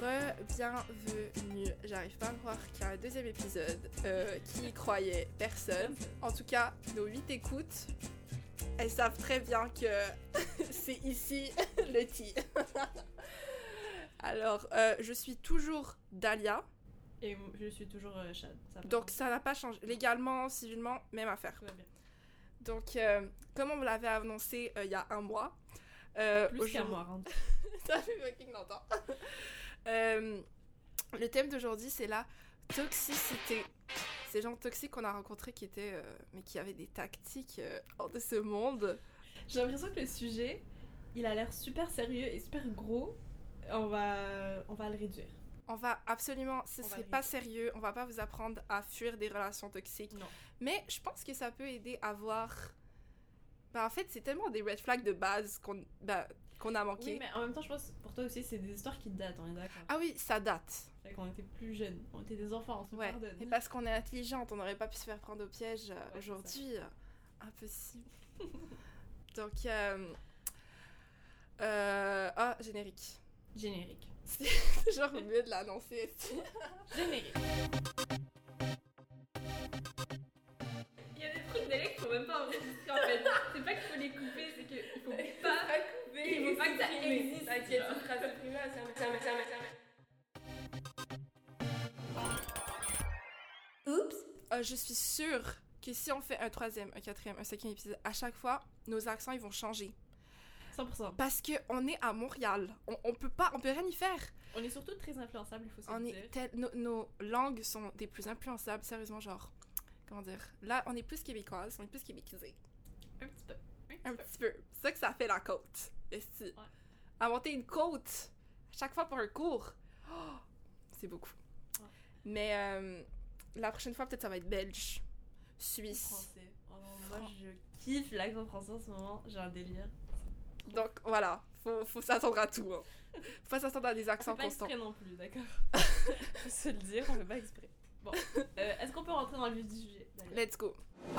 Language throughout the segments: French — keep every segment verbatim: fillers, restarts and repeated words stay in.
Re-bienvenue. J'arrive pas à croire qu'il y a un deuxième épisode. Euh, qui y croyait? Personne. En tout cas, nos huit écoutes, elles savent très bien que c'est ici le ti. Alors, euh, je suis toujours Dahlia. Et je suis toujours euh, Chad. Ça Donc ça n'a pas changé. Légalement, civilement, même affaire. Tout va bien. Donc, euh, comme on me l'avait annoncé euh, il y a un mois. Euh, Plus qu'un mois, hein. Ça fait fucking longtemps. euh, le thème d'aujourd'hui, c'est la toxicité. Ces gens toxiques qu'on a rencontrés qui étaient, euh, mais qui avaient des tactiques euh, hors de ce monde. J'ai l'impression que le sujet, il a l'air super sérieux et super gros. On va, on va le réduire. On va absolument, ce On va serait pas sérieux, on va pas vous apprendre à fuir des relations toxiques. Non. Mais je pense que ça peut aider à voir... Ben, en fait, c'est tellement des red flags de base qu'on, ben, qu'on a manqué. Oui, mais en même temps, je pense pour toi aussi, c'est des histoires qui datent, on est d'accord. Ah oui, ça date. Fait qu'on était plus jeunes, on était des enfants, on se Ouais. pardonne. Et parce qu'on est intelligente, on n'aurait pas pu se faire prendre au piège euh, Ouais, aujourd'hui. Euh, impossible. Donc, euh... euh... ah, générique. Générique. C'est genre mieux de l'annoncer. Générique. Il y a des trucs d'élec qu'il faut même pas enregistrer en fait. C'est pas qu'il faut les couper, c'est qu'il faut pas couper. Il faut pas que ça existe. T'inquiète, ça sera supprimé à jamais, jamais, jamais, jamais. Oups. Euh, je suis sûre que si on fait un troisième, un quatrième, un cinquième épisode, à chaque fois, nos accents ils vont changer. cent pour cent. Parce que on est à Montréal. On, on peut pas, on peut rien y faire. On est surtout très influençables, il faut se le On dire. est tel- nos, nos langues sont des plus influençables, sérieusement, genre. Comment dire? Là, on est plus québécoises, on est plus québécoisés. Un petit peu. Un petit peu. C'est ça que ça fait la côte. Esti. Ouais. À monter une côte, à chaque fois pour un cours, oh, c'est beaucoup. Ouais. Mais euh, la prochaine fois, peut-être ça va être belge, suisse. Français. Oh, moi, je kiffe l'accent français en ce moment, j'ai un délire. Donc voilà, faut, faut s'attendre à tout. Hein. Faut pas s'attendre à des On accents fait pas constants. exprès non plus, d'accord. Faut se le dire, on fait pas exprès. Bon, euh, est-ce qu'on peut rentrer dans le vif du sujet? D'ailleurs Let's go.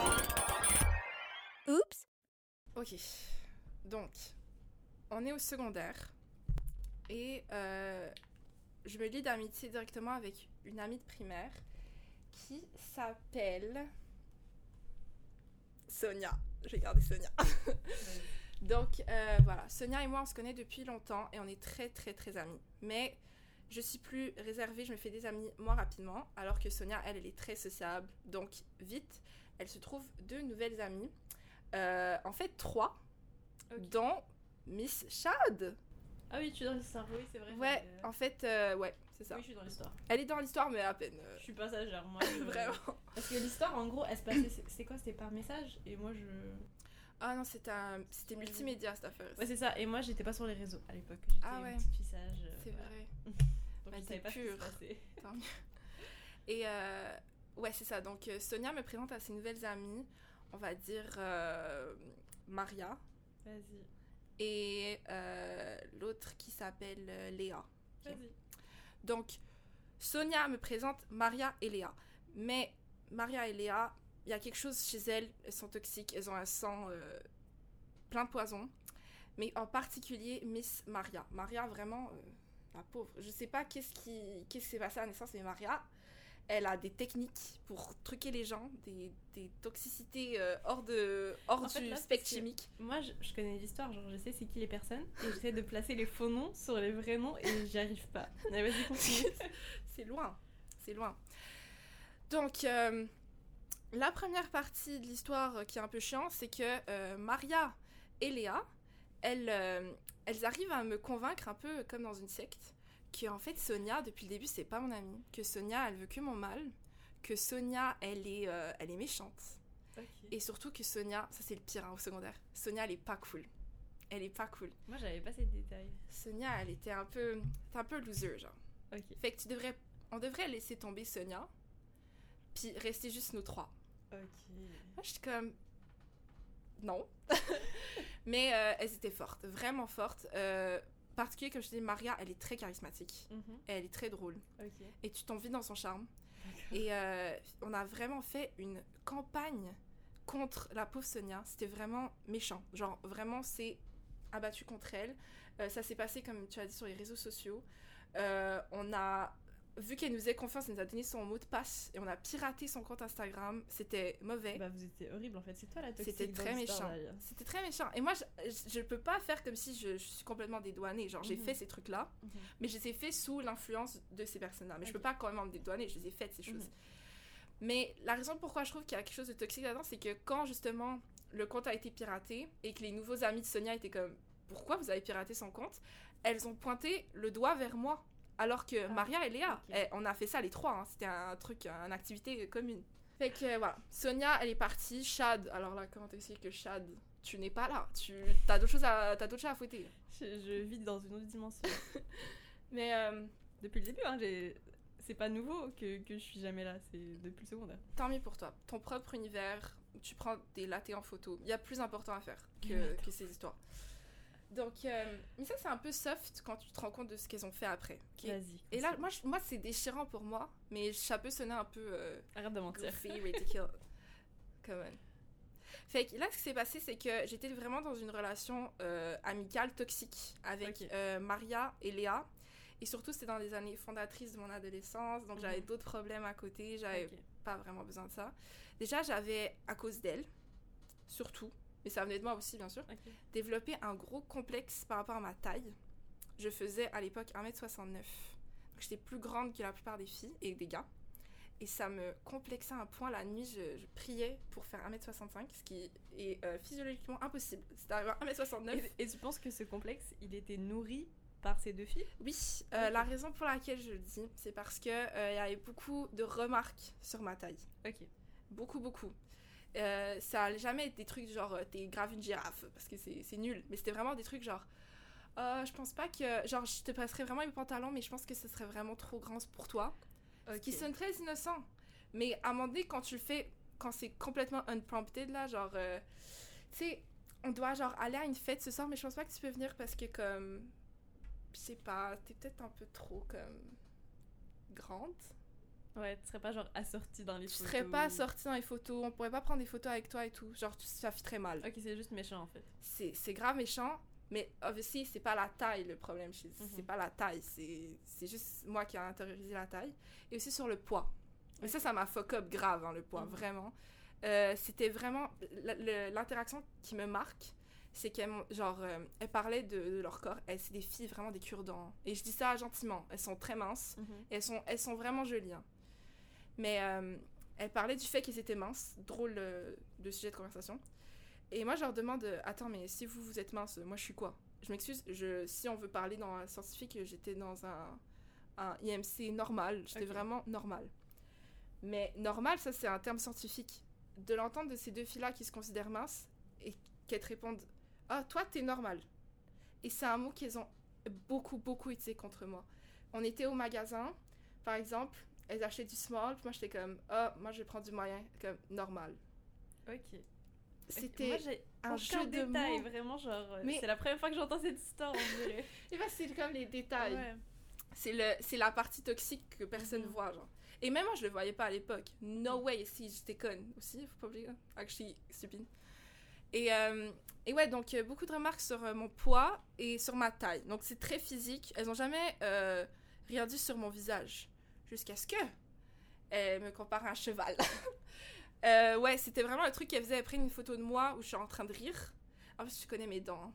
Oups. Ok, donc, on est au secondaire et euh, je me lie d'amitié directement avec une amie de primaire qui s'appelle Sonia. Je vais garder Sonia. Donc, euh, voilà, Sonia et moi, on se connaît depuis longtemps et on est très, très, très amis. Mais je suis plus réservée, je me fais des amis, moi, rapidement, alors que Sonia, elle, elle est très sociable. Donc, vite, elle se trouve deux nouvelles amies. Euh, en fait, trois, Ok. dont Miss Chad. Ah oui, tu es dans l'histoire, oui, c'est vrai. Ouais, euh, en fait, euh, ouais, c'est ça. Oui, je suis dans l'histoire. Elle est dans l'histoire, mais à peine. euh, Je suis passagère, moi. je- Vraiment. Parce que l'histoire, en gros, elle se passait. c'est- C'était quoi? C'était par message? Et moi, je. Ah non, c'était un... c'était Sur les multimédia, cette affaire. Ouais, c'est ça. Et moi, j'étais pas sur les réseaux à l'époque. J'étais Ah ouais. une petite fille sage. euh, C'est voilà. vrai. Donc, Bah, je t'es savais pas ce qui se pure. passait. Tant mieux. Et euh, ouais, c'est ça. Donc, euh, Sonia me présente à ses nouvelles amies, on va dire euh, Maria Vas-y. et euh, l'autre qui s'appelle euh, Léa. Ok. Vas-y. Donc, Sonia me présente Maria et Léa. Mais Maria et Léa, il y a quelque chose chez elles, elles sont toxiques, elles ont un sang euh, plein de poison. Mais en particulier, Miss Maria. Maria, vraiment, euh, la pauvre. Je sais pas qu'est-ce qui, qu'est-ce qui s'est passé à la naissance, mais Maria, elle a des techniques pour truquer les gens, des, des toxicités euh, hors, de, hors En fait, du là, c'est spectre parce que- chimique. Moi, je, je connais l'histoire, genre je sais c'est qui les personnes, et j'essaie de placer les faux noms sur les vrais noms, et j'y arrive pas. Mais vas-y, continue. C'est loin, c'est loin. Donc, euh, la première partie de l'histoire euh, qui est un peu chiante, c'est que euh, Maria et Léa, elles, euh, elles arrivent à me convaincre un peu comme dans une secte, que en fait Sonia, depuis le début, c'est pas mon amie, que Sonia, elle veut que mon mal, que Sonia, elle est, euh, elle est méchante, Ok. et surtout que Sonia, ça c'est le pire hein, au secondaire, Sonia, elle est pas cool. Elle est pas cool. Moi, j'avais pas ces détails. Sonia, elle était un peu, t'es un peu loser, genre. Ok. Fait que tu devrais, on devrait laisser tomber Sonia, puis rester juste nous trois. Ok. Moi, je suis comme... Non. Mais euh, elles étaient fortes, vraiment fortes. Euh, particulier, comme je te dis, Maria, elle est très charismatique. Mhm. Et elle est très drôle. Ok. Et tu t'en vis dans son charme. D'accord. Et euh, on a vraiment fait une campagne contre la pauvre Sonia. C'était vraiment méchant. Genre, vraiment, c'est abattu contre elle. Euh, ça s'est passé, comme tu as dit, sur les réseaux sociaux. Euh, on a... Vu qu'elle nous faisait confiance, elle nous a donné son mot de passe et on a piraté son compte Instagram. C'était mauvais. Bah, vous étiez horrible en fait. C'est toi la toxique. C'était très méchant. C'était très méchant. Et moi, je, je, je peux pas faire comme si je, je suis complètement dédouanée. Genre, j'ai mm-hmm. fait ces trucs-là, mm-hmm. mais je les ai fait sous l'influence de ces personnes-là. Mais okay. je peux pas quand même me dédouaner. Je les ai faites, ces choses. Mm-hmm. Mais la raison pourquoi je trouve qu'il y a quelque chose de toxique là-dedans, c'est que quand justement le compte a été piraté et que les nouveaux amis de Sonia étaient comme « Pourquoi vous avez piraté son compte ?» Elles ont pointé le doigt vers moi. Alors que ah, Maria et Léa, okay. elles, on a fait ça les trois, hein. C'était un truc, une activité commune. Fait que euh, voilà, Sonia, elle est partie. Chad, alors là, comment t'expliques que Chad, tu n'es pas là, tu as d'autres choses à, t'as d'autres choses à fouetter. Je, je vis dans une autre dimension. Mais euh, depuis le début, hein, j'ai... c'est pas nouveau que, que je suis jamais là, c'est depuis le secondaire. Tant mieux pour toi, ton propre univers, où tu prends des lattés en photo, il y a plus important à faire que, que ces histoires. Donc, euh, mais ça, c'est un peu soft quand tu te rends compte de ce qu'elles ont fait après. Okay? Vas-y. Et là, moi, je, moi, c'est déchirant pour moi, mais ça peut sonner un peu... Euh, Arrête de mentir. Goofy, ridiculous. Come on. Fait que là, ce qui s'est passé, c'est que j'étais vraiment dans une relation euh, amicale toxique avec okay. euh, Maria et Léa. Et surtout, c'était dans les années fondatrices de mon adolescence, donc mm-hmm. j'avais d'autres problèmes à côté, j'avais okay. pas vraiment besoin de ça. Déjà, j'avais, à cause d'elle, surtout, mais ça venait de moi aussi, bien sûr, okay. développer un gros complexe par rapport à ma taille. Je faisais à l'époque un mètre soixante-neuf. Donc j'étais plus grande que la plupart des filles et des gars. Et ça me complexait à un point. La nuit, je, je priais pour faire un mètre soixante-cinq, ce qui est euh, physiologiquement impossible. C'est d'arriver à un mètre soixante-neuf. Et, et tu penses que ce complexe, il était nourri par ces deux filles ? Oui. Euh, okay. La raison pour laquelle je le dis, c'est parce qu'il euh, y avait beaucoup de remarques sur ma taille. Ok. Beaucoup, beaucoup. Euh, ça allait jamais être des trucs genre euh, t'es grave une girafe parce que c'est, c'est nul, mais c'était vraiment des trucs genre euh, je pense pas que genre je te passerais vraiment mes pantalons mais je pense que ce serait vraiment trop grand pour toi, okay. Ce qui sonne très innocent, mais à un moment donné quand tu le fais, quand c'est complètement unprompted là, genre euh, tu sais on doit genre aller à une fête ce soir mais je pense pas que tu peux venir parce que comme je sais pas, t'es peut-être un peu trop comme grande. Ouais, tu serais pas genre assortie dans les tu photos. Tu serais pas assortie dans les photos, on pourrait pas prendre des photos avec toi et tout. Genre, ça fit très mal. Ok, c'est juste méchant en fait. C'est, c'est grave méchant, mais obviously, c'est pas la taille le problème. C'est, mm-hmm. c'est pas la taille, c'est, c'est juste moi qui ai intériorisé la taille. Et aussi sur le poids. Mais okay. ça, ça m'a fuck up grave, hein, le poids, mm-hmm. vraiment. Euh, c'était vraiment. L'interaction qui me marque, c'est qu'elles genre, euh, elles parlaient de, de leur corps. Elles, c'est des filles vraiment des cure-dents. Et je dis ça gentiment. Elles sont très minces. Mm-hmm. Et elles sont, elles sont vraiment jolies. Hein. Mais euh, elle parlait du fait qu'ils étaient minces, drôle euh, de sujet de conversation. Et moi, je leur demande, euh, attends, mais si vous, vous êtes mince, moi, je suis quoi ? Je m'excuse, je, si on veut parler dans un scientifique, j'étais dans un, un I M C normal, j'étais okay. vraiment normale. Mais normal, ça, c'est un terme scientifique. De l'entendre de ces deux filles-là qui se considèrent minces et qu'elles te répondent, ah, oh, toi, t'es normale. Et c'est un mot qu'ils ont beaucoup, beaucoup utilisé contre moi. On était au magasin, par exemple, elles achetaient du small, puis moi j'étais comme, ah, oh, moi je vais prendre du moyen, comme normal. Ok. C'était moi, j'ai un jeu de détail, mots. Vraiment, genre, mais... c'est la première fois que j'entends cette histoire, on dirait. Et ben, c'est comme les détails. Ouais. C'est, le, c'est la partie toxique que personne mm-hmm. voit, genre. Et même moi, je le voyais pas à l'époque. No way, si, j'étais conne aussi, faut pas oublier. Actually, stupide. Et, euh, et ouais, donc, euh, beaucoup de remarques sur euh, mon poids et sur ma taille. Donc, c'est très physique. Elles ont jamais euh, rien dit sur mon visage. Jusqu'à ce que elle me compare à un cheval. euh, ouais, c'était vraiment le truc qu'elle faisait. Elle prenait une photo de moi où je suis en train de rire. En plus, tu connais mes dents.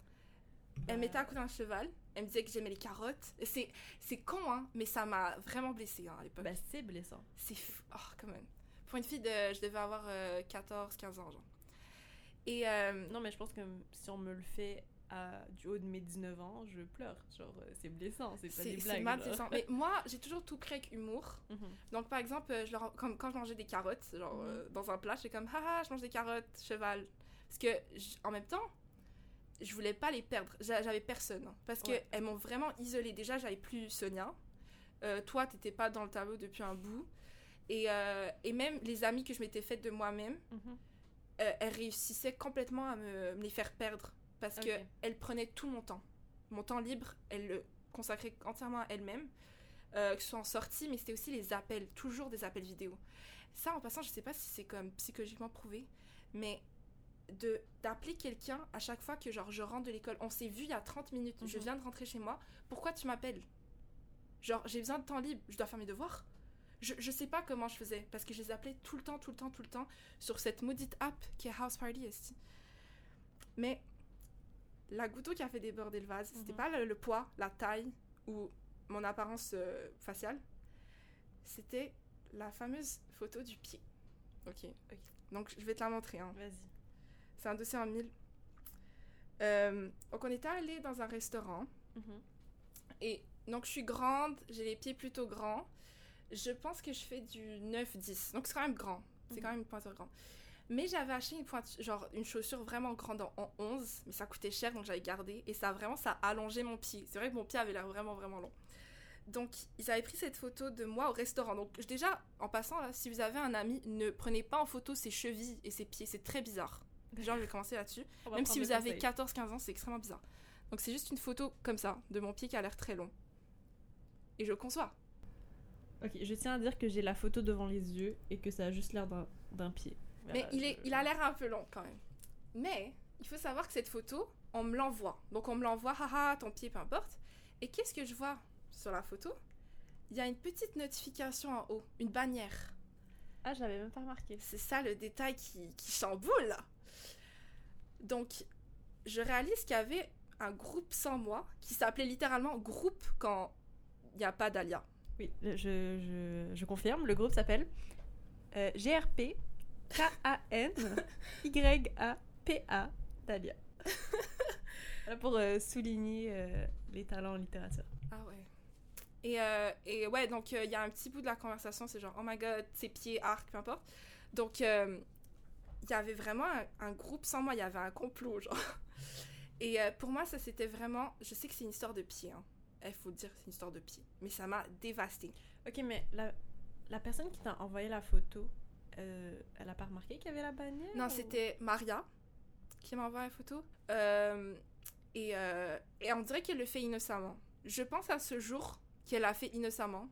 Elle mettait à côté d'un cheval. Elle me disait que j'aimais les carottes. Et c'est, c'est con, hein, mais ça m'a vraiment blessée hein, à l'époque. Bah, c'est blessant. C'est fou. Oh, quand même. Pour une fille, de, je devais avoir euh, quatorze quinze ans, genre. Et euh, non, mais je pense que si on me le fait à, du haut de mes dix-neuf ans, je pleure. Genre, c'est blessant, c'est pas c'est, des blagues. C'est malsaisant. Mais moi, j'ai toujours tout pris avec humour. Mm-hmm. Donc, par exemple, je leur, comme, quand je mangeais des carottes, genre mm-hmm. euh, dans un plat, j'étais comme, haha, je mange des carottes, cheval. Parce que, en même temps, je voulais pas les perdre. J'avais personne. Hein, parce qu'elles ouais. m'ont vraiment isolée. Déjà, j'avais plus Sonia. Euh, toi, t'étais pas dans le tableau depuis un bout. Et, euh, et même les amies que je m'étais faites de moi-même, mm-hmm. euh, elles réussissaient complètement à me, me les faire perdre. Parce okay. qu'elles prenaient tout mon temps. Mon temps libre, elles le consacraient entièrement à elles-mêmes. Euh, que ce soit en sortie, mais c'était aussi les appels. Toujours des appels vidéo. Ça, en passant, je sais pas si c'est comme psychologiquement prouvé, mais de, d'appeler quelqu'un à chaque fois que genre, je rentre de l'école. On s'est vu il y a trente minutes, mm-hmm. je viens de rentrer chez moi. Pourquoi tu m'appelles ? Genre, j'ai besoin de temps libre, je dois faire mes devoirs. Je, je sais pas comment je faisais, parce que je les appelais tout le temps, tout le temps, tout le temps, sur cette maudite app qui est House Party, esti. Mais la goutte d'eau qui a fait déborder le vase, mm-hmm. c'était pas le, le poids, la taille ou mon apparence euh, faciale, c'était la fameuse photo du pied. Ok. Ok. Donc, je vais te la montrer. Hein. Vas-y. C'est un dossier en mille. Euh, donc, on était allé dans un restaurant. Mm-hmm. Et donc, je suis grande, j'ai les pieds plutôt grands. Je pense que je fais du neuf dix. Donc, c'est quand même grand. C'est mm-hmm. quand même une pointure grande. Mais j'avais acheté une pointure, genre une chaussure vraiment grande en, en onze. Mais ça coûtait cher, donc j'avais gardé. Et ça, vraiment, ça a allongé mon pied. C'est vrai que mon pied avait l'air vraiment, vraiment long. Donc, ils avaient pris cette photo de moi au restaurant. Donc, déjà, en passant, là, si vous avez un ami, ne prenez pas en photo ses chevilles et ses pieds. C'est très bizarre. Genre, je vais commencer là-dessus. Même si vous avez quatorze quinze ans, c'est extrêmement bizarre. Donc, c'est juste une photo comme ça, de mon pied qui a l'air très long. Et je conçois. Ok, je tiens à dire que j'ai la photo devant les yeux et que ça a juste l'air d'un, d'un pied. Mais voilà, il, je... est, il a l'air un peu long, quand même. Mais, il faut savoir que cette photo, on me l'envoie. Donc, on me l'envoie, haha, ton pied, peu importe. Et qu'est-ce que je vois sur la photo? Il y a une petite notification en haut, une bannière. Ah, je l'avais même pas remarqué. C'est ça le détail qui, qui chamboule. Donc, je réalise qu'il y avait un groupe sans moi qui s'appelait littéralement groupe quand il n'y a pas d'Alia. Oui, je, je, je confirme. Le groupe s'appelle euh, G R P K A N Y A P A d'Alia. Pour euh, souligner euh, les talents en littérature. Ah ouais. Et, euh, et ouais, donc il euh, y a un petit bout de la conversation, c'est genre, oh my god, ses pieds, arc, peu importe. Donc, il euh, y avait vraiment un, un groupe sans moi, il y avait un complot, genre. Et euh, pour moi, ça c'était vraiment, je sais que c'est une histoire de pieds, hein. Il faut dire que c'est une histoire de pieds, mais ça m'a dévastée. Ok, mais la, la personne qui t'a envoyé la photo, euh, elle a pas remarqué qu'il y avait la bannière? Non, ou... c'était Maria qui m'a envoyé la photo. Euh, et, euh, et on dirait qu'elle le fait innocemment. Je pense à ce jour qu'elle a fait innocemment,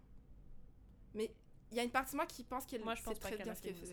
mais il y a une partie de moi qui pense qu'elle moi, je pense sait pas très qu'elle bien a ce fait qu'elle faisait.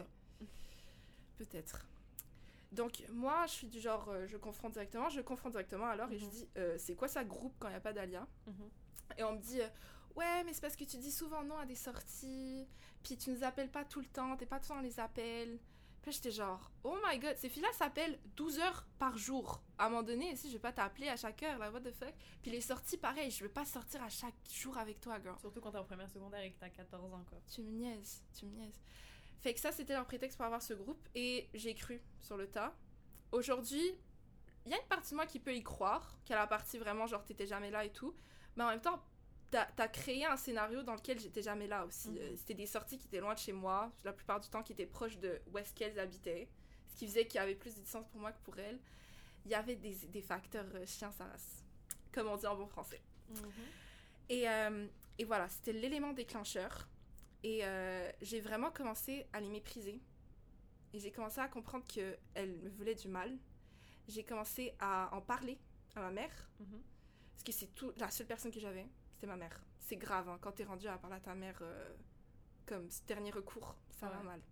Peut-être. Donc moi, je suis du genre, euh, je confronte directement, je confronte directement alors, mm-hmm. et je dis, euh, c'est quoi ça groupe quand il n'y a pas d'Alia? Mm-hmm. Et on me dit, euh, ouais, mais c'est parce que tu dis souvent non à des sorties, puis tu nous appelles pas tout le temps, t'es pas tout le temps dans les appels. Puis j'étais genre, oh my god, ces filles-là s'appellent douze heures par jour. À un moment donné, si je vais pas t'appeler à chaque heure, là, what the fuck. Puis les sorties, pareil, je veux pas sortir à chaque jour avec toi, girl. Surtout quand t'es en première secondaire et que t'as quatorze ans, quoi. Tu me niaises, tu me niaises. Fait que ça, c'était leur prétexte pour avoir ce groupe, et j'ai cru sur le tas. Aujourd'hui, il y a une partie de moi qui peut y croire, qu'à la partie vraiment, genre, t'étais jamais là et tout, mais en même temps, t'as, t'as créé un scénario dans lequel j'étais jamais là aussi. Mm-hmm. Euh, c'était des sorties qui étaient loin de chez moi, la plupart du temps qui étaient proches de où est-ce qu'elles habitaient, ce qui faisait qu'il y avait plus de distance pour moi que pour elles. Il y avait des, des facteurs euh, chiens sa race, comme on dit en bon français. Mm-hmm. Et, euh, et voilà, c'était l'élément déclencheur. Et euh, j'ai vraiment commencé à les mépriser. Et j'ai commencé à comprendre qu'elles me voulaient du mal. J'ai commencé à en parler à ma mère. Mm-hmm. Parce que c'est tout, la seule personne que j'avais, c'était ma mère. C'est grave, hein, quand t'es rendu à parler à ta mère euh, comme dernier recours, ça ouais. va mal.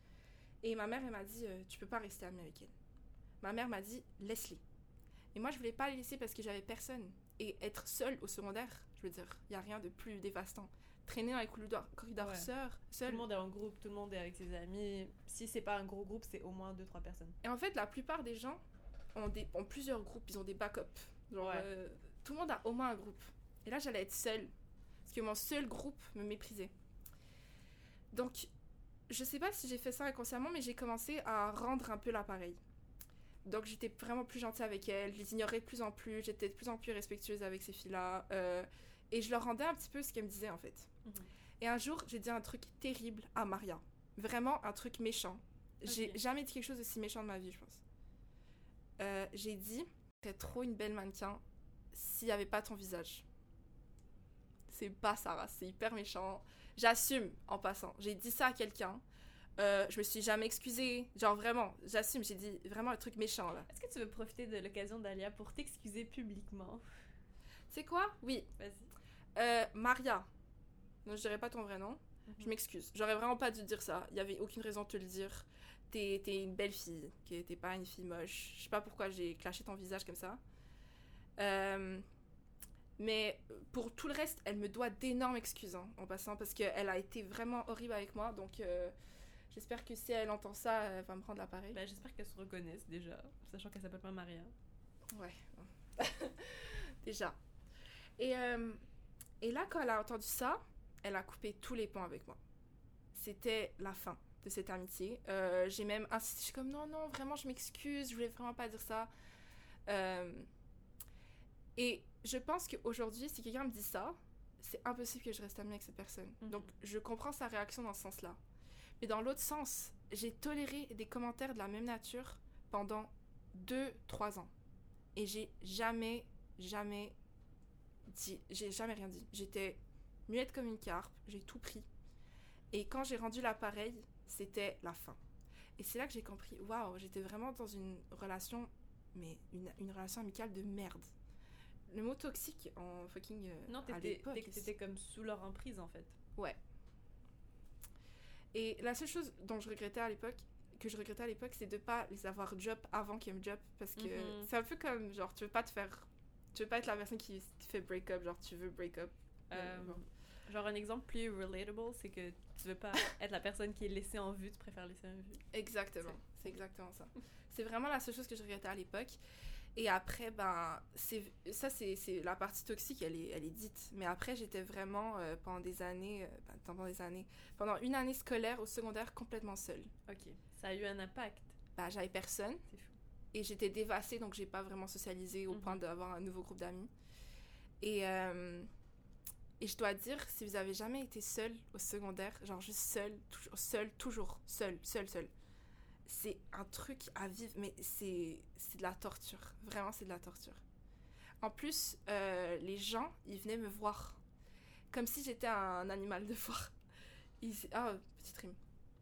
Et ma mère, elle m'a dit, euh, tu peux pas rester amie avec elle. Ma mère m'a dit, laisse-les. Et moi, je voulais pas les laisser parce que j'avais personne. Et être seule au secondaire, je veux dire, il y a rien de plus dévastant. Traîner dans les corridors, corridors ouais. sœurs, seul. Tout le monde est en groupe, tout le monde est avec ses amis. Si c'est pas un gros groupe, c'est au moins deux trois personnes. Et en fait, la plupart des gens ont, des, ont plusieurs groupes, ils ont des backups. Genre, ouais. euh, tout le monde a au moins un groupe. Et là, j'allais être seule. Parce que mon seul groupe me méprisait. Donc, je sais pas si j'ai fait ça inconsciemment, mais j'ai commencé à rendre un peu l'appareil. Donc, j'étais vraiment plus gentille avec elles. Je les ignorais de plus en plus. J'étais de plus en plus respectueuse avec ces filles-là. Euh, et je leur rendais un petit peu ce qu'elles me disaient, en fait. Mm-hmm. Et un jour, j'ai dit un truc terrible à Maria. Vraiment un truc méchant. Okay. J'ai jamais dit quelque chose d'aussi méchant de ma vie, je pense. Euh, j'ai dit, t'es trop une belle mannequin s'il n'y avait pas ton visage. C'est pas Sarah, c'est hyper méchant. J'assume, en passant. J'ai dit ça à quelqu'un. Euh, je me suis jamais excusée. Genre vraiment, j'assume, j'ai dit vraiment un truc méchant, là. Est-ce que tu veux profiter de l'occasion d'Alia pour t'excuser publiquement? Tu sais quoi? Oui. Vas-y. Euh, Maria. Non, je dirais pas ton vrai nom. Mm-hmm. Je m'excuse. J'aurais vraiment pas dû dire ça. Il y avait aucune raison de te le dire. T'es, t'es une belle fille. T'es pas une fille moche. Je sais pas pourquoi j'ai clashé ton visage comme ça. Euh, Mais pour tout le reste, elle me doit d'énormes excuses, hein, en passant, parce qu'elle a été vraiment horrible avec moi. Donc, euh, j'espère que si elle entend ça, elle va me prendre l'appareil. Bah, j'espère qu'elle se reconnaisse déjà, sachant qu'elle s'appelle pas Maria. Ouais. Déjà. Et, euh, et là, quand elle a entendu ça, elle a coupé tous les ponts avec moi. C'était la fin de cette amitié. Euh, j'ai même insisté, je suis comme non, non, vraiment, je m'excuse, je voulais vraiment pas dire ça. Euh, et je pense qu'aujourd'hui, si quelqu'un me dit ça, c'est impossible que je reste amie avec cette personne. Mm-hmm. Donc, je comprends sa réaction dans ce sens-là. Mais dans l'autre sens, j'ai toléré des commentaires de la même nature pendant deux, trois ans. Et j'ai jamais, jamais dit, j'ai jamais rien dit. J'étais muette comme une carpe, j'ai tout pris. Et quand j'ai rendu l'appareil, c'était la fin. Et c'est là que j'ai compris, waouh, j'étais vraiment dans une relation, mais une, une relation amicale de merde. Le mot toxique en fucking euh, non, t'étais, à l'époque. t'étais, t'étais comme sous leur emprise en fait. Ouais. Et la seule chose dont je regrettais à l'époque, que je regrettais à l'époque, c'est de pas les avoir job avant qu'ils me job, parce que mm-hmm. c'est un peu comme genre tu veux pas te faire, tu veux pas être la personne qui, qui fait break up, genre tu veux break up. Euh, bon. Genre un exemple plus relatable, c'est que tu veux pas être la personne qui est laissée en vue, tu préfères laisser en vue. Exactement, c'est, c'est exactement ça. C'est vraiment la seule chose que je regrettais à l'époque. Et après, ben, c'est, ça, c'est, c'est la partie toxique, elle est, elle est dite. Mais après, j'étais vraiment, euh, pendant des années, euh, ben, pendant des années, pendant une année scolaire au secondaire, complètement seule. Ok, ça a eu un impact. Ben, j'avais personne. C'est fou. Et j'étais dévastée, donc j'ai pas vraiment socialisé au mm-hmm. point d'avoir un nouveau groupe d'amis. Et, euh, et je dois dire, si vous avez jamais été seule au secondaire, genre juste seule, toujours, seule, toujours, seule, seule, seule, c'est un truc à vivre, mais c'est, c'est de la torture. Vraiment, c'est de la torture. En plus, euh, les gens, ils venaient me voir. Comme si j'étais un animal de foire. Ils... Ah, petite rime.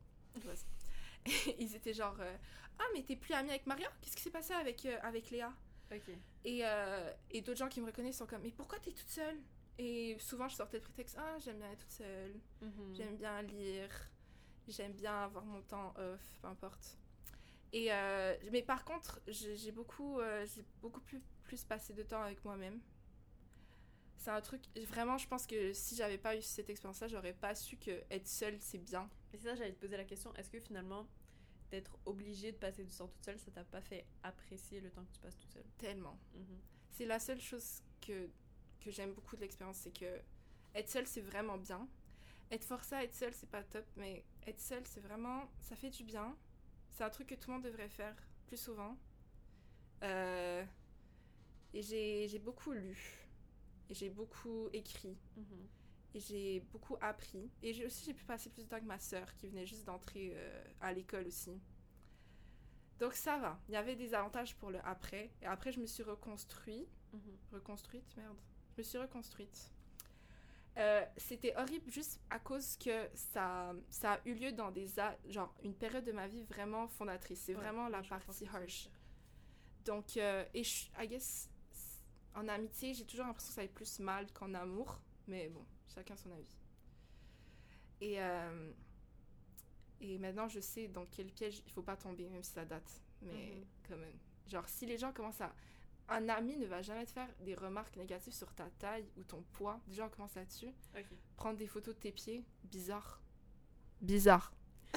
Ils étaient genre... Euh, ah, mais t'es plus amie avec Maria ? Qu'est-ce qui s'est passé avec, euh, avec Léa ? Ok. Et, euh, et d'autres gens qui me reconnaissent sont comme, mais pourquoi t'es toute seule ? Et souvent, je sortais le prétexte, ah, j'aime bien être toute seule. Mm-hmm. J'aime bien lire. J'aime bien avoir mon temps off, peu importe. Et euh, mais par contre, j'ai, j'ai beaucoup, euh, j'ai beaucoup plus, plus passé de temps avec moi-même. C'est un truc, vraiment, je pense que si j'avais pas eu cette expérience-là, j'aurais pas su que être seule, c'est bien. Et c'est ça, j'allais te poser la question, est-ce que finalement, d'être obligée de passer du temps toute seule, ça t'a pas fait apprécier le temps que tu passes toute seule ? Tellement. Mm-hmm. C'est la seule chose que, que j'aime beaucoup de l'expérience, c'est que être seule, c'est vraiment bien. Être forcée à être seule, c'est pas top, mais être seule, c'est vraiment... Ça fait du bien. C'est un truc que tout le monde devrait faire plus souvent. Euh, et j'ai, j'ai beaucoup lu. Et j'ai beaucoup écrit. Mm-hmm. Et j'ai beaucoup appris. Et j'ai aussi, j'ai pu passer plus de temps avec ma sœur, qui venait juste d'entrer euh, à l'école aussi. Donc ça va. Il y avait des avantages pour le après. Et après, je me suis reconstruite. Mm-hmm. Reconstruite, merde. Je me suis reconstruite. Euh, c'était horrible juste à cause que ça, ça a eu lieu dans des a- genre une période de ma vie vraiment fondatrice. C'est ouais, vraiment la partie harsh. Donc, euh, et je, I guess, en amitié, j'ai toujours l'impression que ça va être plus mal qu'en amour. Mais bon, chacun son avis. Et, euh, et maintenant, je sais dans quel piège il faut pas tomber, même si ça date. Mais mm-hmm. quand même. Genre, si les gens commencent à... Un ami ne va jamais te faire des remarques négatives sur ta taille ou ton poids. Déjà, on commence là-dessus. Okay. Prendre des photos de tes pieds, bizarre. Bizarre.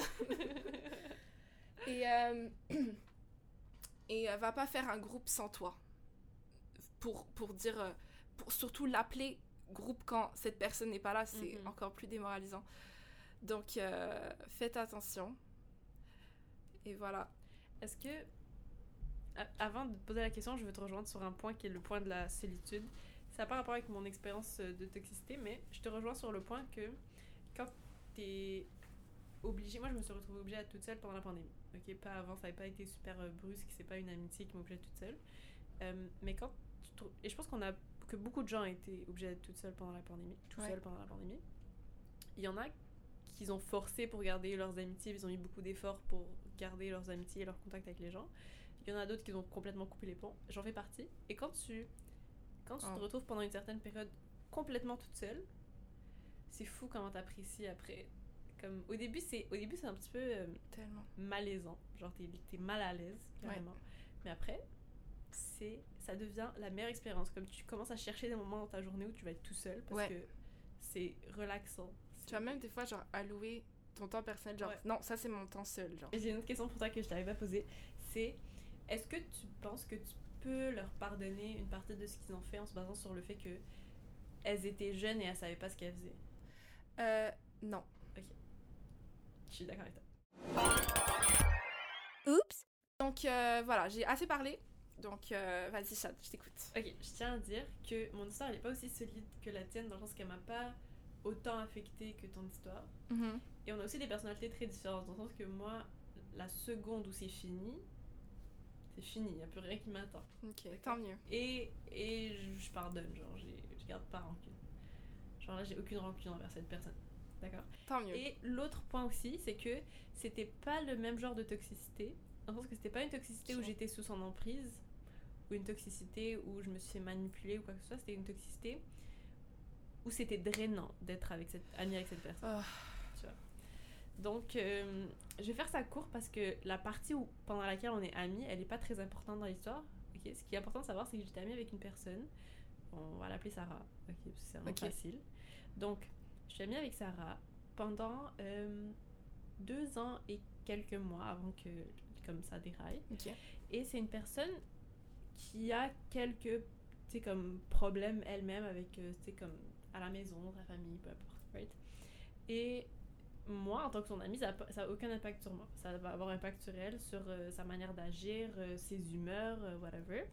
et euh, et euh, va pas faire un groupe sans toi. Pour, pour dire... Euh, pour surtout l'appeler groupe quand cette personne n'est pas là, c'est mm-hmm. encore plus démoralisant. Donc, euh, faites attention. Et voilà. Est-ce que... Avant de te poser la question, je veux te rejoindre sur un point qui est le point de la solitude. Ça n'a pas rapport avec mon expérience de toxicité, mais je te rejoins sur le point que quand t'es obligée... Moi, je me suis retrouvée obligée à être toute seule pendant la pandémie. Ok, pas avant, ça n'avait pas été super brusque, c'est pas une amitié qui m'obligeait à être toute seule. Euh, mais quand tu te... Et je pense qu'on a... que beaucoup de gens ont été obligés d'être toute seule pendant la pandémie. Tout ouais. seul pendant la pandémie. Il y en a qui ont forcé pour garder leurs amitiés, ils ont mis beaucoup d'efforts pour garder leurs amitiés et leurs contacts avec les gens. Il y en a d'autres qui ont complètement coupé les ponts. J'en fais partie. Et quand tu, quand tu oh. te retrouves pendant une certaine période complètement toute seule, c'est fou comment t'apprécies après. Comme, au, début, c'est, au début, c'est un petit peu euh, Tellement. malaisant. Genre, t'es, t'es mal à l'aise, carrément. Ouais. Mais après, c'est, ça devient la meilleure expérience. Comme tu commences à chercher des moments dans ta journée où tu vas être tout seul parce Ouais. que c'est relaxant. Tu vas même des fois, genre, allouer ton temps personnel, genre, Ouais. non, ça c'est mon temps seul, genre. Et j'ai une autre question pour toi que je t'avais pas posée. C'est, est-ce que tu penses que tu peux leur pardonner une partie de ce qu'ils ont fait en se basant sur le fait que elles étaient jeunes et elles savaient pas ce qu'elles faisaient? Euh, non. Je suis d'accord avec toi. Oups. Donc, euh, voilà, j'ai assez parlé. Donc, euh, vas-y, Chad, je t'écoute. Ok, je tiens à dire que mon histoire elle est pas aussi solide que la tienne dans le sens qu'elle m'a pas autant affectée que ton histoire. Mhm. Et on a aussi des personnalités très différentes dans le sens que moi, la seconde où c'est fini, c'est fini, il n'y a plus rien qui m'attend. Ok, tant mieux. Et, et je, je pardonne, genre, j'ai- je garde pas rancune. Genre là, j'ai aucune rancune envers cette personne. D'accord? Tant mieux. Et l'autre point aussi, c'est que c'était pas le même genre de toxicité. Dans le sens que c'était pas une toxicité où Ok. j'étais sous son emprise, ou une toxicité où je me suis fait manipuler ou quoi que ce soit. C'était une toxicité où c'était drainant d'être avec cette, amie avec cette personne. Oh. Tu vois. Donc, euh, je vais faire ça court parce que la partie où, pendant laquelle on est amis, elle est pas très importante dans l'histoire. Ok. Ce qui est important de savoir, c'est que j'étais amie avec une personne. On va l'appeler Sarah. Ok, parce que c'est un nom Ok. facile. Donc, je suis amie avec Sarah pendant euh, deux ans et quelques mois avant que comme ça déraille. Ok. Et c'est une personne qui a quelques, tu sais, comme problèmes elle-même avec, euh, tu sais, comme à la maison, sa famille, peu importe, right? Et moi, en tant que son amie, ça n'a aucun impact sur moi. Ça va avoir un impact sur elle, sur euh, sa manière d'agir, euh, ses humeurs, euh, whatever.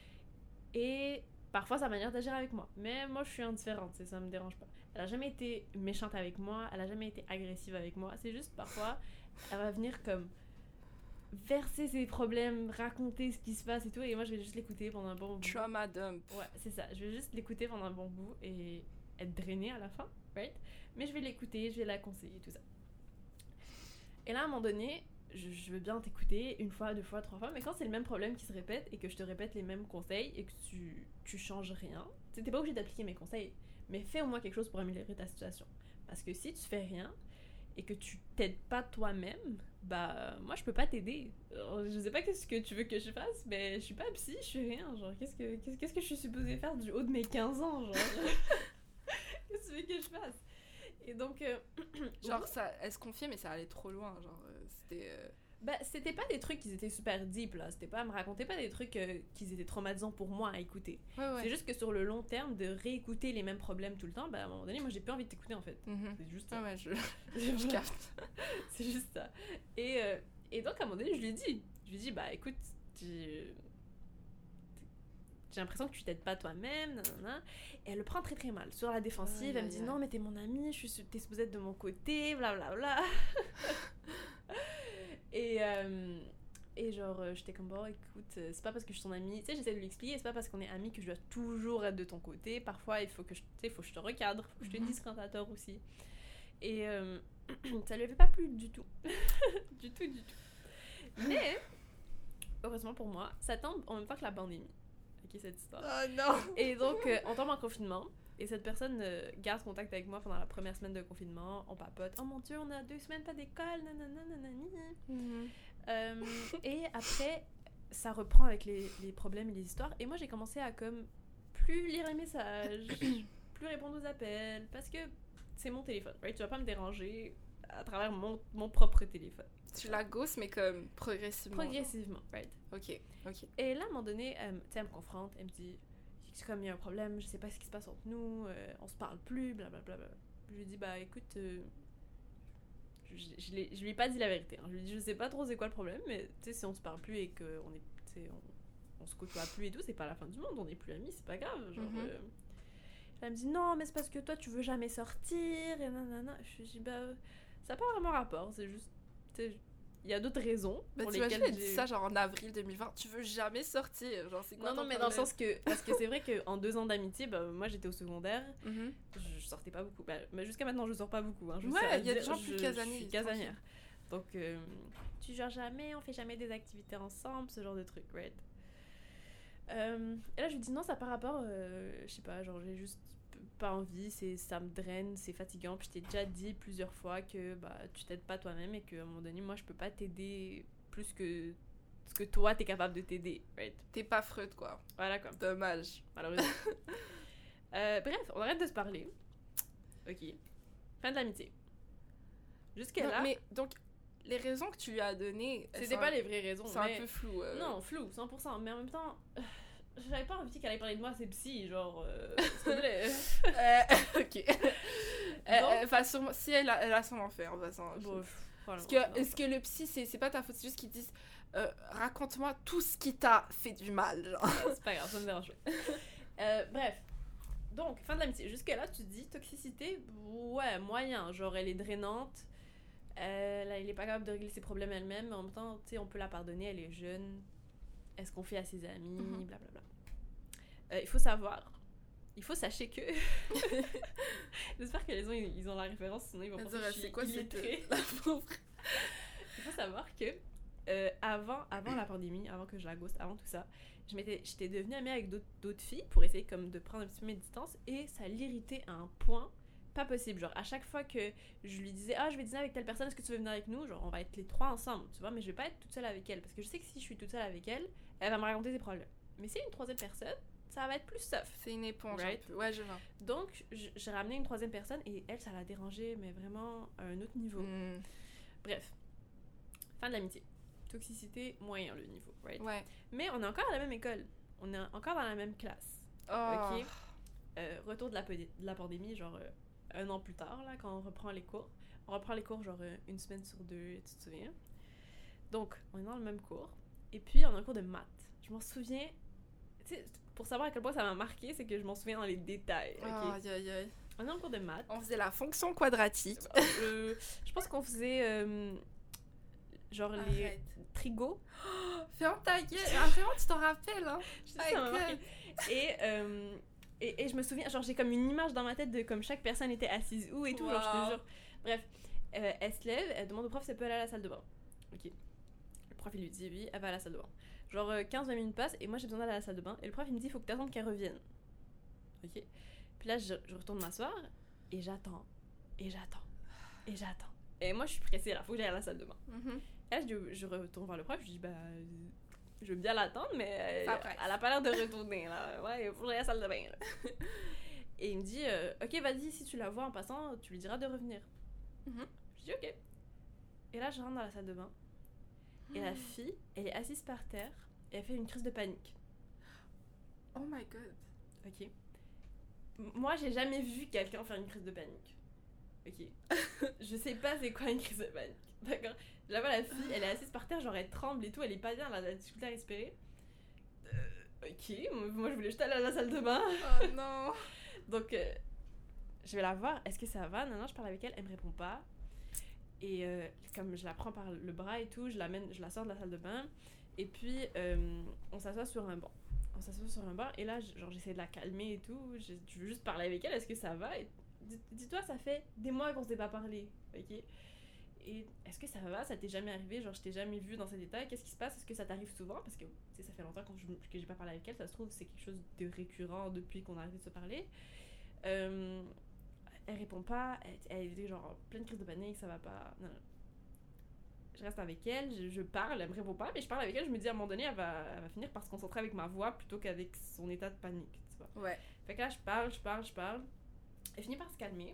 Et parfois sa manière d'agir avec moi. Mais moi, je suis indifférente, ça me dérange pas. Elle a jamais été méchante avec moi, elle a jamais été agressive avec moi. C'est juste parfois, elle va venir comme verser ses problèmes, raconter ce qui se passe et tout, et moi je vais juste l'écouter pendant un bon bout. Trauma dump. Ouais, c'est ça. Je vais juste l'écouter pendant un bon bout et être drainée à la fin, right? Mais je vais l'écouter, je vais la conseiller, tout ça. Et là, à un moment donné, je, je veux bien t'écouter une fois, deux fois, trois fois, mais quand c'est le même problème qui se répète et que je te répète les mêmes conseils et que tu, tu changes rien, tu t'es pas obligé d'appliquer mes conseils, mais fais au moins quelque chose pour améliorer ta situation. Parce que si tu fais rien et que tu t'aides pas toi-même, bah moi je peux pas t'aider. Alors, je sais pas qu'est-ce que tu veux que je fasse, mais je suis pas psy, je suis rien. Genre, qu'est-ce que, qu'est-ce, qu'est-ce que je suis supposée faire du haut de mes quinze ans, genre? Qu'est-ce que tu veux que je fasse? Et donc. Euh, Genre, ça, elle se confiait, mais ça allait trop loin. Genre, euh, c'était. euh, Bah, c'était pas des trucs qui étaient super deep, là. C'était pas, me raconter pas des trucs euh, qui étaient traumatisants pour moi à écouter. Ouais, ouais. C'est juste que sur le long terme, de réécouter les mêmes problèmes tout le temps, bah à un moment donné, moi j'ai plus envie de t'écouter en fait. Mhm. C'est juste ça. Ah ouais, je, je je capte. C'est juste ça. Et, euh, et donc à un moment donné, je lui ai dit, je lui ai dit, bah écoute, j'ai j'ai l'impression que tu t'aides pas toi-même, nanana. Et elle le prend très très mal. Sur la défensive, Aïe, elle me aïe, dit, aïe. non mais t'es mon amie, je suis su- t'es supposée être de mon côté, blablabla. et, euh, et genre, euh, j'étais comme, bon écoute, euh, c'est pas parce que je suis ton amie, tu sais, j'essaie de lui expliquer, c'est pas parce qu'on est amis que je dois toujours être de ton côté. Parfois, il faut que je, tu sais, faut que je te recadre, faut que je te Mhm. dise quand t'as tort aussi. Et euh, ça lui avait pas plu du tout. du tout, du tout. Mais, heureusement pour moi, ça tombe en même temps que la pandémie. Ok, cette histoire. Oh non. Et donc, euh, on tombe en confinement. Et cette personne euh, garde contact avec moi pendant la première semaine de confinement. On papote. Oh mon dieu, on a deux semaines pas d'école, nanana, nanani. Mhm. Euh, et après, ça reprend avec les, les problèmes et les histoires. Et moi, j'ai commencé à comme plus lire les messages, plus répondre aux appels, parce que c'est mon téléphone, right? Tu vas pas me déranger à travers mon, mon propre téléphone. Tu la gosses, mais comme progressivement. Progressivement, right? Ok, ok. Et là, à un moment donné, euh, tu sais, elle me confronte, elle me dit, c'est comme il y a un problème, je sais pas ce qui se passe entre nous, euh, on se parle plus, blablabla. Je lui dis, bah écoute, euh, je, je, l'ai- je lui ai pas dit la vérité. Hein. Je lui ai dit, je sais pas trop c'est quoi le problème, mais tu sais, si on se parle plus et qu'on est, tu sais, on, on se côtoie plus et tout, c'est pas la fin du monde, on est plus amis, c'est pas grave. Genre, Mhm. euh, elle me dit, non, mais c'est parce que toi, tu veux jamais sortir, et nanana. Je lui dis, bah, ça n'a pas vraiment rapport, c'est juste, tu sais, il y a d'autres raisons Bah, pour t'imagines, lesquelles elle dit j'ai- ça genre en avril deux mille vingt. Tu veux jamais sortir. Genre, c'est quoi Non, non, ton mais dans le problème? sens que. Parce que c'est vrai qu'en deux ans d'amitié, bah, moi j'étais au secondaire, Mhm. je, je sortais pas beaucoup. Bah, mais jusqu'à maintenant, je sors pas beaucoup. Hein, je Ouais, sais à il y a des dire, gens plus je- casaniers, Je suis tranquille. casanière. Donc, euh, tu gères jamais, on fait jamais des activités ensemble, ce genre de truc, right? Euh, et là, je lui dis non, ça par rapport, euh, je sais pas, genre j'ai juste p- pas envie, c'est, ça me draine, c'est fatigant. Puis je t'ai déjà dit plusieurs fois que bah, tu t'aides pas toi-même et qu'à un moment donné, moi je peux pas t'aider plus que parce que toi, t'es capable de t'aider, right? T'es pas Freud, quoi. Voilà, quoi. Dommage. Malheureusement. euh, bref, on arrête de se parler. Ok. Fin de l'amitié. Jusqu'à Non, là, mais donc, les raisons que tu lui as données, elles c'était sont pas un- les vraies raisons. c'est mais... un peu flou. euh. Non, flou, cent pour cent. Mais en même temps, euh, j'avais pas envie qu'elle aille parler de moi à ses psys, genre... Euh, s'il te plaît. Euh, ok. Donc- Euh, enfin, sûrement- si elle a, elle a son enfer, de toute façon. Bon, je- pff, voilà, Parce que, non, est-ce que le psy, c'est c'est pas ta faute, c'est juste qu'ils disent euh, raconte-moi tout ce qui t'a fait du mal. Genre. c'est pas grave, ça me dérange pas. Euh, bref. Donc, fin de l'amitié. Jusque-là, tu te dis toxicité, ouais, moyen. Genre, elle est drainante. Euh, là, elle est pas capable de régler ses problèmes elle-même. Mais en même temps, tu sais, on peut la pardonner. Elle est jeune. Est-ce qu'on fait à ses amis? Mhm. Blablabla. Euh, il faut savoir. Il faut sachez que. J'espère que les gens ils ils ont la référence, sinon ils vont Elle penser que dirait, je c'est suis quoi cette illettrée. la pauvre. Il faut savoir que euh, avant, avant la pandémie, avant que je la ghost, avant tout ça, je m'étais, j'étais devenue amie avec d'autres, d'autres filles pour essayer comme de prendre un petit peu mes distances et ça l'irritait à un point pas possible. Genre à chaque fois que je lui disais ah je vais dîner avec telle personne, est-ce que tu veux venir avec nous? Genre on va être les trois ensemble, tu vois, mais je vais pas être toute seule avec elle parce que je sais que si je suis toute seule avec elle, elle va me raconter ses problèmes. Mais si une troisième personne, ça va être plus soft. C'est une éponge. Right. Un peu. Ouais, je vois. Donc j- j'ai ramené une troisième personne et elle ça l'a dérangée mais vraiment à un autre niveau. Mm. Bref, fin de l'amitié. Toxicité, moyen le niveau, right? Ouais. Mais on est encore à la même école. On est encore dans la même classe. Oh. Ok. Euh, retour de la, pod- de la pandémie, genre euh, un an plus tard, là, quand on reprend les cours. On reprend les cours genre euh, une semaine sur deux, tu te souviens? Donc, on est dans le même cours. Et puis, on a un cours de maths. Je m'en souviens... Tu sais, pour savoir à quel point ça m'a marqué, c'est que je m'en souviens dans les détails, ok? Oh, aïe, aïe, aïe. On est en cours de maths. On faisait la fonction quadratique. Euh, je pense qu'on faisait... euh, genre les Arrête. trigos. Ferme ta gueule. Ah, vraiment, tu t'en rappelles, hein? Je sais, ça m'a marqué. Et, euh, et, et je me souviens, genre j'ai comme une image dans ma tête de comme chaque personne était assise où et tout, genre je Wow. te jure. Bref, euh, elle se lève, elle demande au prof si elle peut aller à la salle de bain. Ok. Le prof il lui dit oui, elle va à la salle de bain. Genre euh, quinze vingt minutes passent et moi j'ai besoin d'aller à la salle de bain. Et le prof il me dit il faut que tu attendes qu'elle revienne. Ok. Puis là je, je retourne m'asseoir et j'attends. Et j'attends. Et j'attends. Et moi je suis pressée là, faut que j'aille à la salle de bain. Mhm. Et là, je, je retourne voir le prof, je dis, bah, euh, je veux bien l'attendre, mais Ça euh, presse. elle a pas l'air de retourner, là. Ouais, il faut que j'aille à la salle de bain, là. Et il me dit, euh, ok, vas-y, si tu la vois en passant, tu lui diras de revenir. Mhm. Je dis, ok. Et là, je rentre dans la salle de bain, et la fille, elle est assise par terre, et elle fait une crise de panique. Oh my god. Ok. M- Moi, j'ai jamais vu quelqu'un faire une crise de panique. Ok. Je sais pas c'est quoi une crise de panique. D'accord. Je la vois, la fille, elle est assise par terre, genre elle tremble et tout, elle est pas bien, elle a de la difficulté à respirer. Euh, ok, moi je voulais juste aller à la salle de bain. Oh non. Donc, euh, je vais la voir, est-ce que ça va? Non, non, je parle avec elle, elle me répond pas. Et euh, comme je la prends par le bras et tout, je l'amène, je la sors de la salle de bain. Et puis, euh, on s'assoit sur un banc. On s'assoit sur un banc et là, j- genre, j'essaie de la calmer et tout. Je, je veux juste parler avec elle, est-ce que ça va? Et dis- dis-toi, ça fait des mois qu'on s'est pas parlé, ok? Et est-ce que ça va? Ça t'est jamais arrivé? Genre, je t'ai jamais vu dans cet état. Qu'est-ce qui se passe? Est-ce que ça t'arrive souvent? Parce que, tu sais, ça fait longtemps que, je, que j'ai pas parlé avec elle. Ça se trouve, c'est quelque chose de récurrent depuis qu'on a arrêté de se parler. Euh, elle répond pas. Elle, elle est genre pleine crise de panique, ça va pas. Non, non. Je reste avec elle, je, je parle, elle me répond pas, mais je parle avec elle, je me dis à un moment donné, elle va, elle va finir par se concentrer avec ma voix plutôt qu'avec son état de panique, tu vois. Ouais. Fait que là, je parle, je parle, je parle. Elle finit par se calmer.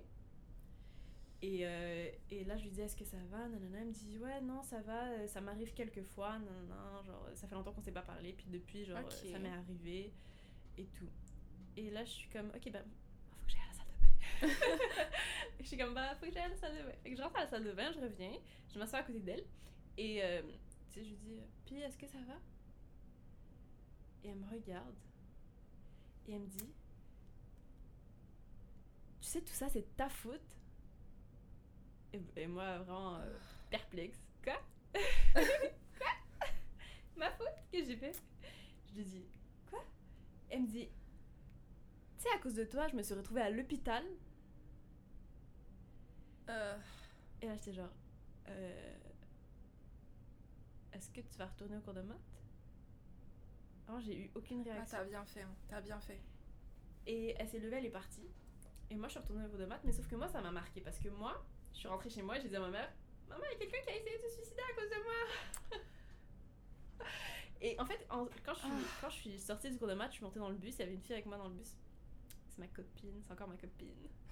Et, euh, et là, je lui dis, est-ce que ça va? Nanana, elle me dit, ouais, non, ça va, euh, ça m'arrive quelques fois, nanana, genre, ça fait longtemps qu'on s'est pas parlé, puis depuis, genre, Ok. euh, ça m'est arrivé, et tout. Et là, je suis comme, ok, ben, faut que j'aille à la salle de bain. Je suis comme, bah, faut que j'aille à la salle de bain. Fait que je rentre à la salle de bain, je reviens, je m'assois à côté d'elle, et, euh, tu sais, je lui dis, puis, est-ce que ça va? Et elle me regarde, et elle me dit, tu sais, tout ça, c'est ta faute. Et, et moi, vraiment euh, perplexe. Quoi? Quoi? Ma faute? Qu'est-ce que j'ai fait? Je lui dis, quoi? Elle me dit, tu sais, à cause de toi, je me suis retrouvée à l'hôpital. Euh, Et là, j'étais genre, euh, est-ce que tu vas retourner au cours de maths? Alors, j'ai eu aucune ah, réaction. t'as bien fait, hein. T'as bien fait. Et elle s'est levée, elle est partie. Et moi, je suis retournée au cours de maths, mais sauf que moi, ça m'a marqué parce que moi, je suis rentrée chez moi et j'ai dit à ma mère, maman, il y a quelqu'un qui a essayé de se suicider à cause de moi. Et en fait, en- quand, je suis, Ah. quand je suis sortie du cours de maths, je suis montée dans le bus, il y avait une fille avec moi dans le bus. C'est ma copine, c'est encore ma copine.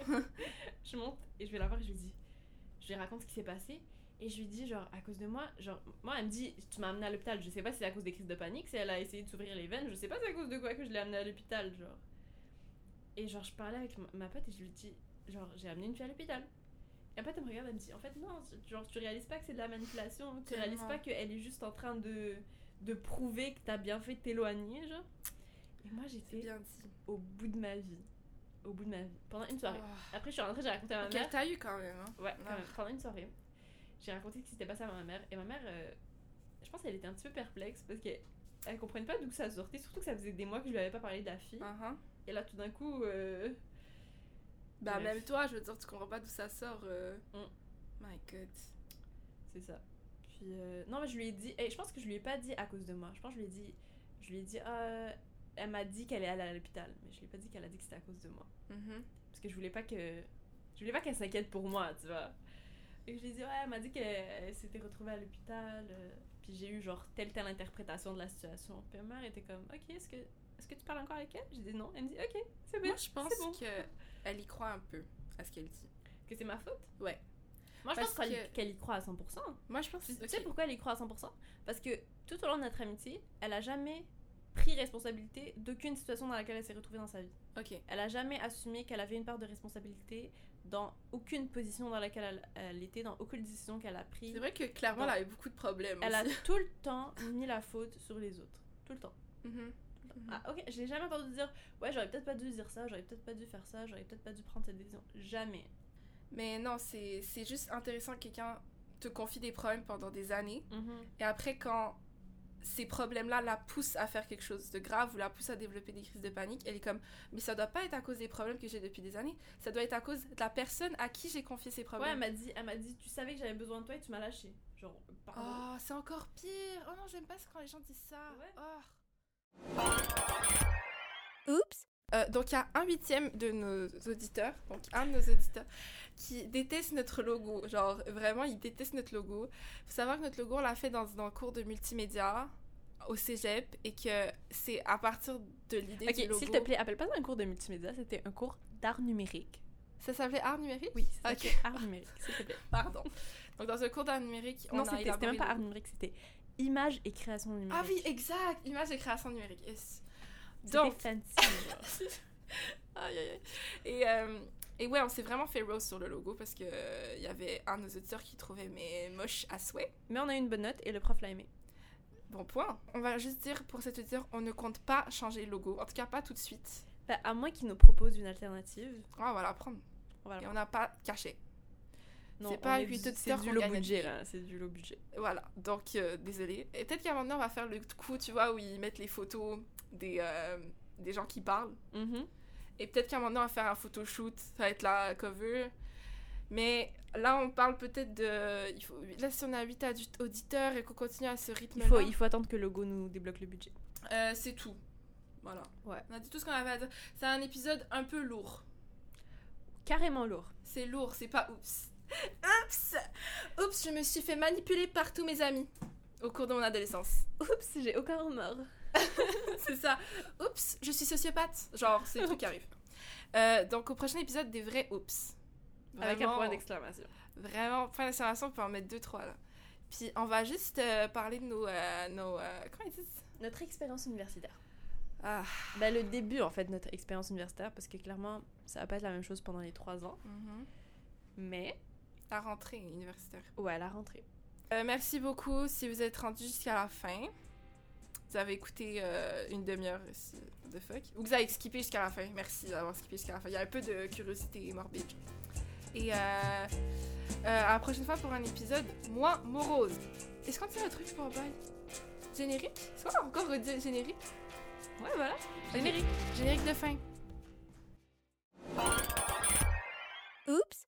Je monte et je vais la voir et je lui dis, je lui raconte ce qui s'est passé et je lui dis genre à cause de moi, genre moi elle me dit tu m'as amenée à l'hôpital, je sais pas si c'est à cause des crises de panique, si elle a essayé de s'ouvrir les veines, je sais pas c'est à cause de quoi que je l'ai amenée à l'hôpital genre. Et genre je parlais avec ma, ma pote et je lui dis genre j'ai amené une fille à l'hôpital. Et après elle me regarde, elle me dit en fait non, genre tu réalises pas que c'est de la manipulation, tu réalises Tellement. pas qu'elle est juste en train de de prouver que t'as bien fait de t'éloigner genre. Et moi C'est j'étais bien dit. au bout de ma vie, au bout de ma vie pendant une soirée. Oh. Après je suis rentrée, j'ai raconté à ma Ok, mère. t'as eu quand même. Hein. Ouais, quand Ah. même, pendant une soirée, j'ai raconté ce qui s'était passé à ma mère. Et ma mère, euh, je pense qu'elle était un petit peu perplexe parce qu'elle elle comprenait pas d'où ça sortait. Surtout que ça faisait des mois que je lui avais pas parlé de la fille. Uh-huh. Et là, tout d'un coup. Euh... Bah, Bref. même toi, je veux dire, tu comprends pas d'où ça sort. euh. Mm. My god. C'est ça. Puis, euh, non, mais je lui ai dit. Et je pense que je lui ai pas dit à cause de moi. Je pense que je lui ai dit. Je lui ai dit. Ah, elle m'a dit qu'elle est allée à l'hôpital. Mais je lui ai pas dit qu'elle a dit que c'était à cause de moi. Mhm. Parce que je voulais pas que. Je voulais pas qu'elle s'inquiète pour moi, tu vois. Et je lui ai dit, ouais, elle m'a dit qu'elle elle s'était retrouvée à l'hôpital. euh, Puis j'ai eu genre telle telle interprétation de la situation. Puis ma mère était comme, ok, est-ce que, est-ce que tu parles encore avec elle? J'ai dit non. Elle me dit, ok, c'est bien. Moi, je pense c'est bon. qu'elle y croit un peu à ce qu'elle dit. Que c'est ma faute? Ouais. Moi, je Parce pense qu'elle que- qu'elle y croit à cent pour cent. Moi, je pense Tu que. sais pourquoi elle y croit à cent pour cent? Parce que tout au long de notre amitié, elle a jamais pris responsabilité d'aucune situation dans laquelle elle s'est retrouvée dans sa vie. Ok. Elle a jamais assumé qu'elle avait une part de responsabilité dans aucune position dans laquelle elle, elle était, dans aucune décision qu'elle a prise. C'est vrai que clairement, Bon. elle avait beaucoup de problèmes. Elle a aussi. tout le temps mis la faute sur les autres. Tout le temps. Mhm. Mhm. Ah, ok, je l'ai jamais entendu dire ouais, j'aurais peut-être pas dû dire ça, j'aurais peut-être pas dû faire ça, j'aurais peut-être pas dû prendre cette décision. Jamais. Mais non, c'est c'est juste intéressant que quelqu'un te confie des problèmes pendant des années. Mhm. Et après, quand ces problèmes-là la poussent à faire quelque chose de grave ou la poussent à développer des crises de panique, elle est comme, mais ça doit pas être à cause des problèmes que j'ai depuis des années, ça doit être à cause de la personne à qui j'ai confié ces Ouais, elle problèmes. m'a dit, elle m'a dit, tu savais que j'avais besoin de toi et tu m'as lâché. Genre, pardon. Oh, c'est encore pire. Oh non, j'aime pas quand les gens disent ça. Ouais. Oh. Oups. Euh, donc, il y a un huitième de nos auditeurs, donc un de nos auditeurs, qui déteste notre logo. Genre, vraiment, il déteste notre logo. Faut savoir que notre logo, on l'a fait dans, dans un cours de multimédia au cégep et que c'est à partir de l'idée Ok, du logo. s'il te plaît, appelle pas ça un cours de multimédia, c'était un cours d'art numérique. Ça s'appelait art numérique? Oui, ça Ok. s'appelait art numérique, s'il te plaît. Pardon. Donc, dans ce cours d'art numérique, on Non, a c'était élaboré c'était même pas le- art numérique, c'était image et création numérique. Ah oui, exact! Image et création numérique. Yes. C'était Donc, fancy, genre. aïe, aïe, aïe. Et, euh, et ouais, on s'est vraiment fait roast sur le logo parce que il y avait un de nos auditeurs qui trouvait mais moche à souhait. Mais on a eu une bonne note et le prof l'a aimé. Bon point. On va juste dire pour cet auditeur, on ne compte pas changer le logo. En tout cas, pas tout de suite. Bah, à moins qu'il nous propose une alternative. On va la prendre. On va la Et prendre. on n'a pas caché. Non, c'est on pas est huit du- auditeurs C'est du qu'on low gagne à budget, dire. là. C'est du low budget. Voilà. Donc, euh, désolé. Et peut-être qu'à un moment donné, on va faire le coup, tu vois, où ils mettent les photos des, euh, des gens qui parlent. Mhm. Et peut-être qu'à un moment donné, on va faire un photoshoot. Ça va être la cover. Mais là, on parle peut-être de... Il faut... Là, si on a huit adu- auditeurs et qu'on continue à ce rythme-là... Il faut, il faut attendre que le logo nous débloque le budget. euh, c'est tout. Voilà. Ouais. On a dit tout ce qu'on avait à dire. C'est un épisode un peu lourd. Carrément lourd. C'est lourd, c'est pas oups. Oups Oups, je me suis fait manipuler par tous mes amis au cours de mon adolescence. Oups, j'ai aucun remords. C'est ça. Oups, je suis sociopathe. Genre, c'est le truc qui arrive. Euh, donc, au prochain épisode, des vrais oups. Avec un Vraiment- point d'exclamation. Vraiment, point d'exclamation, on peut en mettre deux, trois là. Puis on va juste euh, parler de nos... euh, nos euh, comment ils disent? Notre expérience universitaire. Ah. Bah, le début, en fait, de notre expérience universitaire, parce que clairement, ça va pas être la même chose pendant les trois ans. mhm. Mais, La rentrée universitaire. ouais, la rentrée. Euh, merci beaucoup si vous êtes rendu jusqu'à la fin. Vous avez écouté euh, une demi-heure ici, de fuck. Ou que vous avez skippé jusqu'à la fin. Merci d'avoir skippé jusqu'à la fin. Il y a un peu de curiosité morbide. Et euh, euh, à la prochaine fois pour un épisode moins morose. Est-ce qu'on tient un truc pour bail? Générique? Est-ce qu'on va encore redire générique? Ouais, voilà. Générique. Générique de fin. Oups.